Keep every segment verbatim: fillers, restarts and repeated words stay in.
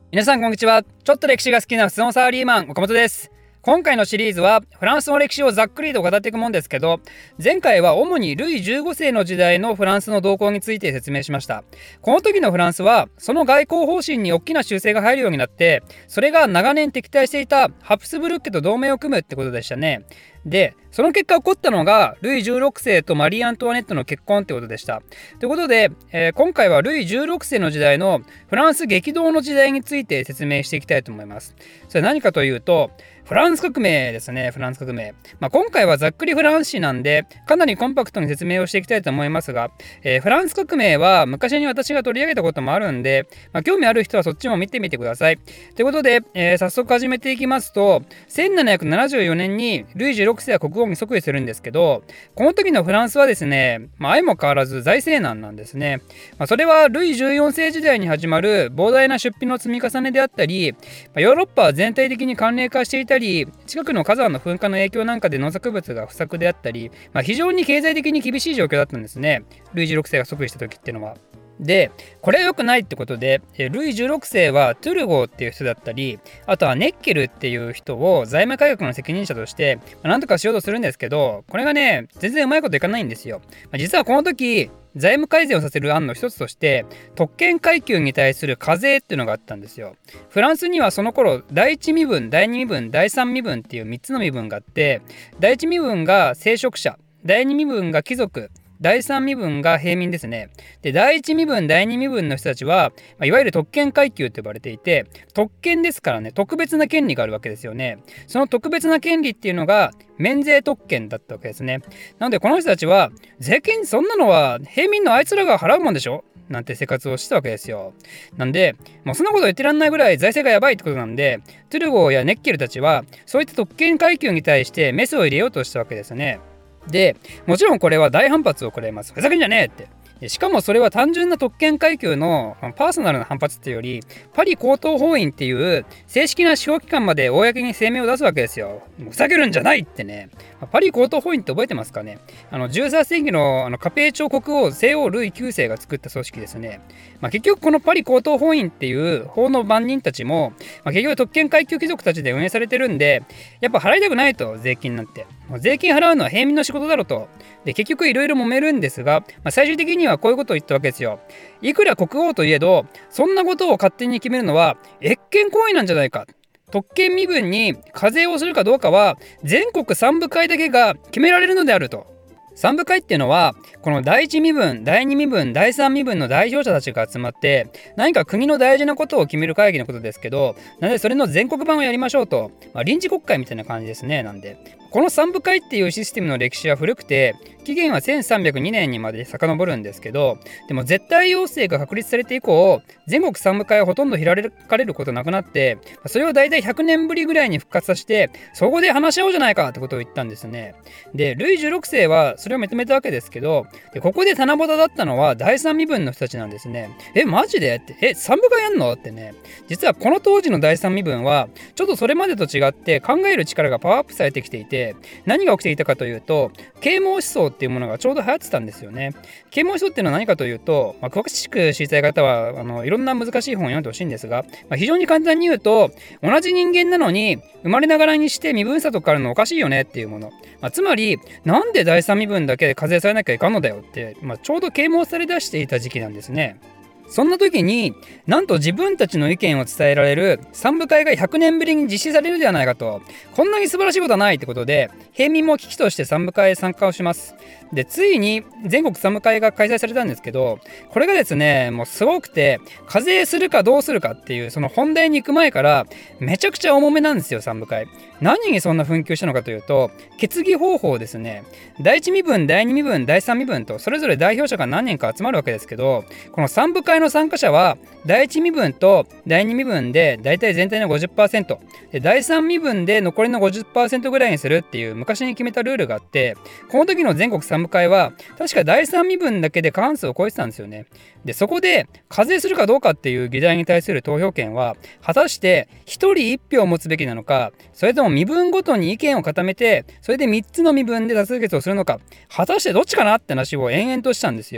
皆さんこんにちは。ちょっと歴史が好きな普通のサラリーマン岡本です。今回のシリーズはフランスの歴史をざっくりと語っていくもんですけど、前回は主にルイじゅうごせいの時代のフランスの動向について説明しました。この時のフランスはその外交方針に大きな修正が入るようになって、それが長年敵対していたハプスブルク家と同盟を組むってことでしたね。でその結果起こったのがルイじゅうろくせいとマリー・アントワネットの結婚ってことでした。ということで、えー、今回はルイじゅうろくせいの時代のフランス激動の時代について説明していきたいと思います。それ何かというと、フランス革命ですね。フランス革命、まあ、今回はざっくりフランス史なんでかなりコンパクトに説明をしていきたいと思いますが、えー、フランス革命は昔に私が取り上げたこともあるんで、まあ、興味ある人はそっちも見てみてください。ということで、えー、早速始めていきますと、せんななひゃくななじゅうよねんにルイじゅうろくせいは国王に即位するんですけど、この時のフランスはですね、まあ、相も変わらず財政難なんですね。まあ、それはルイじゅうよんせい時代に始まる膨大な出費の積み重ねであったり、まあ、ヨーロッパは全体的に寒冷化していたり、近くの火山の噴火の影響なんかで農作物が不作であったり、まあ、非常に経済的に厳しい状況だったんですね、ルイじゅうろくせいが即位した時っていうのは。でこれは良くないってことで、ルイじゅうろくせいはトゥルゴーっていう人だったり、あとはネッケルっていう人を財務改革の責任者として何とかしようとするんですけど、これがね全然うまいこといかないんですよ。実はこの時財務改善をさせる案の一つとして特権階級に対する課税っていうのがあったんですよ。フランスにはその頃第一身分、第二身分、第三身分っていうみっつの身分があって、第一身分が聖職者、第二身分が貴族、第三身分が平民ですね。で第一身分、第二身分の人たちは、まあ、いわゆる特権階級と呼ばれていて、特権ですからね、特別な権利があるわけですよね。その特別な権利っていうのが免税特権だったわけですね。なのでこの人たちは、税金そんなのは平民のあいつらが払うもんでしょなんて生活をしてたわけですよ。なんでもうそんなこと言ってらんないぐらい財政がやばいってことなんで、トゥルゴーやネッケルたちはそういった特権階級に対してメスを入れようとしたわけですね。でもちろんこれは大反発を食らいます。ふざけんじゃねえって。しかもそれは単純な特権階級のパーソナルな反発っていうより、パリ高等法院っていう正式な司法機関まで公に声明を出すわけですよ。ふざけるんじゃないってね。パリ高等法院って覚えてますかね。あのじゅうさんせいきのあのカペー朝国王西欧ルイきゅうせいが作った組織ですね。まあ、結局このパリ高等法院っていう法の番人たちも、まあ、結局特権階級貴族たちで運営されてるんで、やっぱ払いたくないと、税金なんて。税金払うのは平民の仕事だろと。で結局いろいろ揉めるんですが、まあ、最終的にはこういうことを言ったわけですよ。いくら国王といえどそんなことを勝手に決めるのは越権行為なんじゃないか。特権身分に課税をするかどうかは全国三部会だけが決められるのであると。三部会っていうのはこの第一身分、第二身分、第三身分の代表者たちが集まって何か国の大事なことを決める会議のことですけど、なのでそれの全国版をやりましょうと、まあ、臨時国会みたいな感じですね。なんでこの三部会っていうシステムの歴史は古くて、期限はせんさんびゃくにねんにまで遡るんですけど、でも絶対要請が確立されて以降全国三部会はほとんど開かれることなくなって、それをだいたいひゃくねんぶりぐらいに復活させて、そこで話し合おうじゃないかってことを言ったんですね。でルイじゅうろくせいはそれを認めたわけですけど、でここで七夕だったのは第三身分の人たちなんですね。えマジでって、え三部会やんのってね。実はこの当時の第三身分はちょっとそれまでと違って考える力がパワーアップされてきていて、何が起きていたかというと、啓蒙思想っていうものがちょうど流行ってたんですよね。啓蒙思想っていうのは何かというと、まあ、詳しく知りたい方はあのいろんな難しい本を読んでほしいんですが、まあ、非常に簡単に言うと、同じ人間なのに生まれながらにして身分差とかあるのおかしいよねっていうもの、まあ、つまりなんで第三身分だけで課税されなきゃいかんのだよって、まあ、ちょうど啓蒙され出していた時期なんですね。そんな時になんと自分たちの意見を伝えられる三部会がひゃくねんぶりに実施されるではないかと。こんなに素晴らしいことはないってことで、平民も危機として三部会へ参加をします。でついに全国三部会が開催されたんですけど、これがですねもうすごくて、課税するかどうするかっていうその本題に行く前からめちゃくちゃ重めなんですよ。三部会何にそんな紛糾したのかというと、決議方法ですね。第一身分、第二身分、第三身分とそれぞれ代表者が何人か集まるわけですけど、この三部会の参加者は第一身分と第二身分でだいたい全体の ごじゅっパーセント で、第三身分で残りの ごじゅっパーセント ぐらいにするっていう昔に決めたルールがあって、この時の全国三部会は確か第三身分だけで過半数を超えてたんですよね。でそこで課税するかどうかっていう議題に対する投票権は果たしてひとりいち票を持つべきなのか、それとも身分ごとに意見を固めてそれでみっつの身分で多数決をするのか、果たしてどっちかなって話を延々としたんですよ。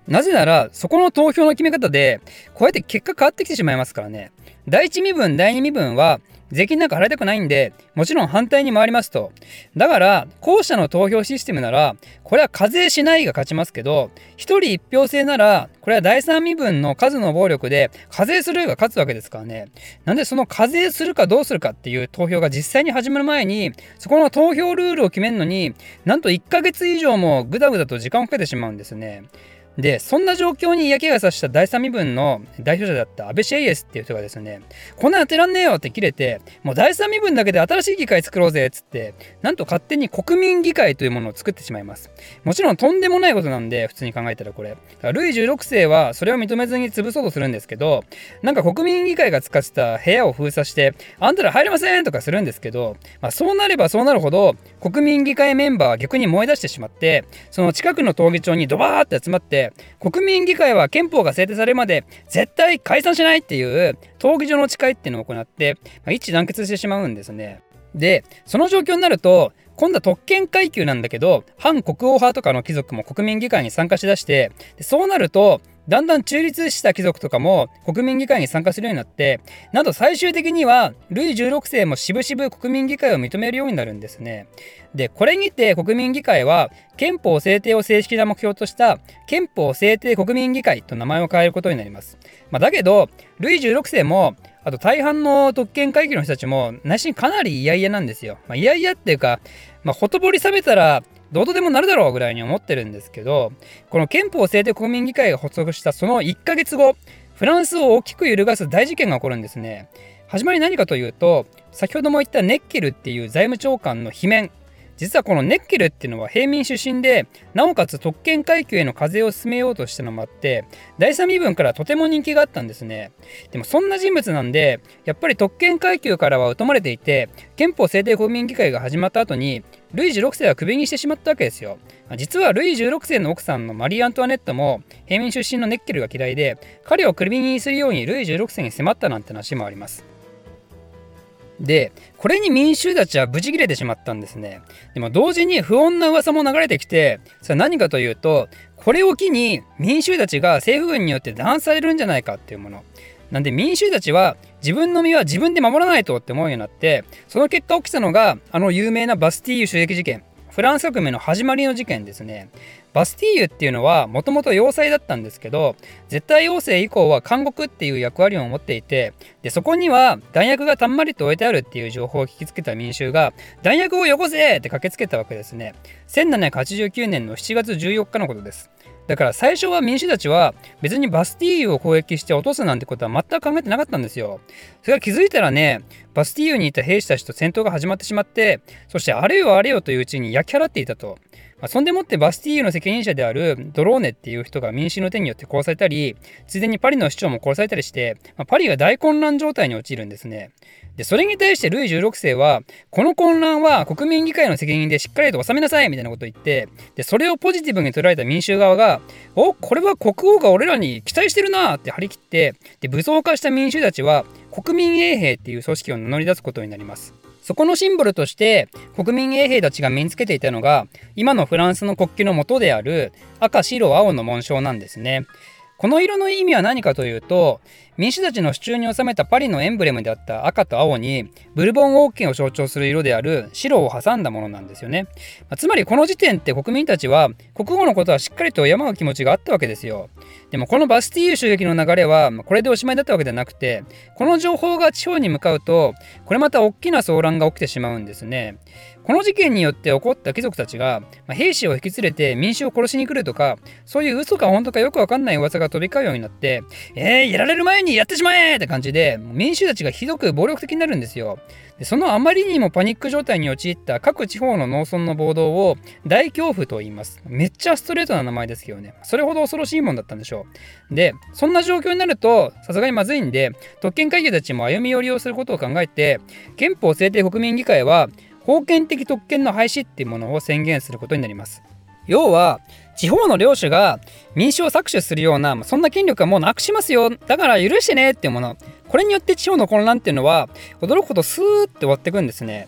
なぜならそこの投票の決め方でこうやって結果変わってきてしまいますからね。第一身分第二身分は税金なんか払いたくないんで、もちろん反対に回りますと。だから後者の投票システムならこれは課税しないが勝ちますけど、ひとり一票制ならこれは第三身分の数の暴力で課税するが勝つわけですからね。なんでその課税するかどうするかっていう投票が実際に始まる前にそこの投票ルールを決めるのになんといっかげつ以上もぐだぐだと時間をかけてしまうんですね。でそんな状況に嫌気がさした第三身分の代表者だったアベシェイエスっていう人がですね、こんなのやってらんねえよって切れて、もう第三身分だけで新しい議会作ろうぜっつって、なんと勝手に国民議会というものを作ってしまいます。もちろんとんでもないことなんで、普通に考えたらこれだからルイじゅうろくせいはそれを認めずに潰そうとするんですけど、なんか国民議会が使ってた部屋を封鎖してあんたら入れませんとかするんですけど、まあ、そうなればそうなるほど国民議会メンバーは逆に燃え出してしまって、その近くの闘技場にドバーって集まって、国民議会は憲法が制定されるまで絶対解散しないっていう闘技場の誓いっていうのを行って、まあ、一致団結してしまうんですね。でその状況になると今度は特権階級なんだけど反国王派とかの貴族も国民議会に参加しだして、でそうなるとだんだん中立した貴族とかも国民議会に参加するようになって、なんと最終的にはルイじゅうろくせいもしぶしぶ国民議会を認めるようになるんですね。でこれにて国民議会は憲法制定を正式な目標とした憲法制定国民議会と名前を変えることになります。まあ、だけどルイじゅうろくせいもあと大半の特権階級の人たちも内心かなり嫌々なんですよ。まあ、嫌々っていうか、まあ、ほとぼり冷めたらどうとでもなるだろうぐらいに思ってるんですけど、この憲法制定国民議会が発足したそのいっかげつご、フランスを大きく揺るがす大事件が起こるんですね。始まり何かというと、先ほども言ったネッケルっていう財務長官の罷免。実はこのネッケルっていうのは平民出身で、なおかつ特権階級への課税を進めようとしたのもあって、第三身分からとても人気があったんですね。でもそんな人物なんで、やっぱり特権階級からは疎まれていて、憲法制定国民議会が始まった後にルイじゅうろくせいはクビにしてしまったわけですよ。実はルイじゅうろくせいの奥さんのマリー・アントワネットも平民出身のネッケルが嫌いで、彼をクビにするようにルイじゅうろくせいに迫ったなんて話もあります。でこれに民衆たちはブチ切れてしまったんですね。でも同時に不穏な噂も流れてきて、それは何かというと、これを機に民衆たちが政府軍によって弾圧されるんじゃないかっていうものなんで、民衆たちは自分の身は自分で守らないとって思うようになって、その結果起きたのがあの有名なバスティーユ襲撃事件、フランス革命の始まりの事件ですね。バスティーユっていうのはもともと要塞だったんですけど、絶対要請以降は監獄っていう役割を持っていて、でそこには弾薬がたんまりと置いてあるっていう情報を聞きつけた民衆が弾薬をよこせって駆けつけたわけですね。せんななひゃくはちじゅうきゅうねんのしちがつじゅうよっかのことです。だから最初は民主たちは別にバスティーユを攻撃して落とすなんてことは全く考えてなかったんですよ。それが気づいたらね、バスティーユにいた兵士たちと戦闘が始まってしまって、そしてあれよあれよといううちに焼き払っていたと。まあ、そんでもってバスティーユの責任者であるドローネっていう人が民衆の手によって殺されたり、ついでにパリの市長も殺されたりして、まあ、パリが大混乱状態に陥るんですね。でそれに対してルイじゅうろくせいは、この混乱は国民議会の責任でしっかりと収めなさいみたいなことを言って、でそれをポジティブに捉えた民衆側が、おこれは国王が俺らに期待してるなって張り切って、で武装化した民衆たちは国民衛兵っていう組織を名乗り出すことになります。そこのシンボルとして国民衛兵たちが身につけていたのが、今のフランスの国旗の元である赤白青の紋章なんですね。この色の意味は何かというと、民主たちの手中に収めたパリのエンブレムであった赤と青にブルボン王権を象徴する色である白を挟んだものなんですよね。まあ、つまりこの時点って国民たちは国王のことはしっかりと敬う気持ちがあったわけですよ。でもこのバスティーユ襲撃の流れはこれでおしまいだったわけではなくて、この情報が地方に向かうと、これまた大きな騒乱が起きてしまうんですね。この事件によって起こった貴族たちが、まあ、兵士を引き連れて民衆を殺しに来るとか、そういう嘘か本当かよくわかんない噂が飛び交うようになって、えー、やられる前にやってしまえって感じで民衆たちがひどく暴力的になるんですよ。でそのあまりにもパニック状態に陥った各地方の農村の暴動を大恐怖と言います。めっちゃストレートな名前ですけどね、それほど恐ろしいもんだったんでしょう。でそんな状況になるとさすがにまずいんで、特権階級たちも歩み寄りをすることを考えて、憲法制定国民議会は封建的特権の廃止っていうものを宣言することになります。要は地方の領主が民主を搾取するような、そんな権力はもうなくしますよ、だから許してねっていうもの。これによって地方の混乱っていうのは驚くほどスーッて終わっていくんですね。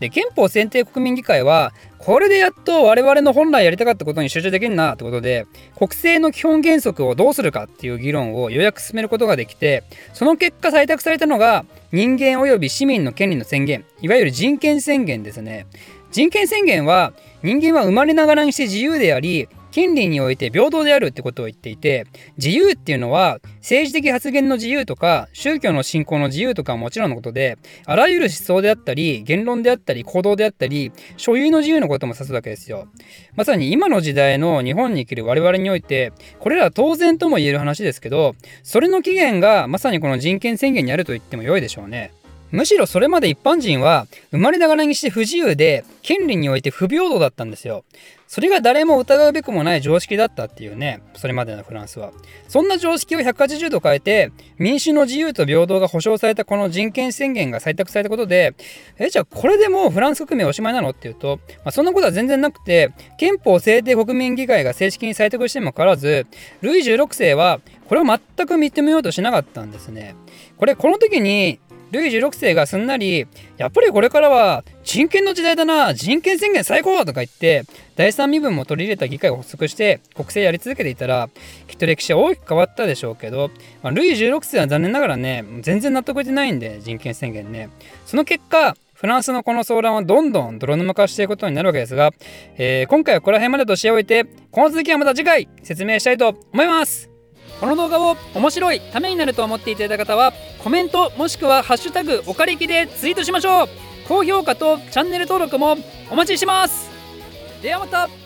で憲法選定国民議会はこれでやっと我々の本来やりたかったことに集中できるなってことで、国政の基本原則をどうするかっていう議論をようやく進めることができて、その結果採択されたのが人間及び市民の権利の宣言、いわゆる人権宣言ですね。人権宣言は人間は生まれながらにして自由であり、権利において平等であるってことを言っていて、自由っていうのは政治的発言の自由とか宗教の信仰の自由とかはもちろんのことで、あらゆる思想であったり言論であったり行動であったり所有の自由のことも指すわけですよ。まさに今の時代の日本に生きる我々においてこれらは当然とも言える話ですけど、それの起源がまさにこの人権宣言にあると言っても良いでしょうね。むしろそれまで一般人は生まれながらにして不自由で権利において不平等だったんですよ。それが誰も疑うべくもない常識だったっていうね、それまでのフランスは。そんな常識をひゃくはちじゅうど変えて民主の自由と平等が保障されたこの人権宣言が採択されたことで、えじゃあこれでもうフランス革命おしまいなのっていうと、まあ、そんなことは全然なくて、憲法制定国民議会が正式に採択してもかかわらず、ルイじゅうろくせいはこれを全く認めようとしなかったんですね。これこの時にルイじゅうろくせいがすんなり、やっぱりこれからは人権の時代だな、人権宣言最高とか言ってだいさん身分も取り入れた議会を発足して国政やり続けていたら、きっと歴史は大きく変わったでしょうけど、まあ、ルイじゅうろくせいは残念ながらね、全然納得いってないんで、人権宣言ね。その結果フランスのこの騒乱はどんどん泥沼化していくことになるわけですが、えー、今回はこの辺までとしておいて、この続きはまた次回説明したいと思います。この動画を面白い、ためになると思っていただいた方はコメントもしくはハッシュタグおかりきでツイートしましょう。高評価とチャンネル登録もお待ちしてます。ではまた。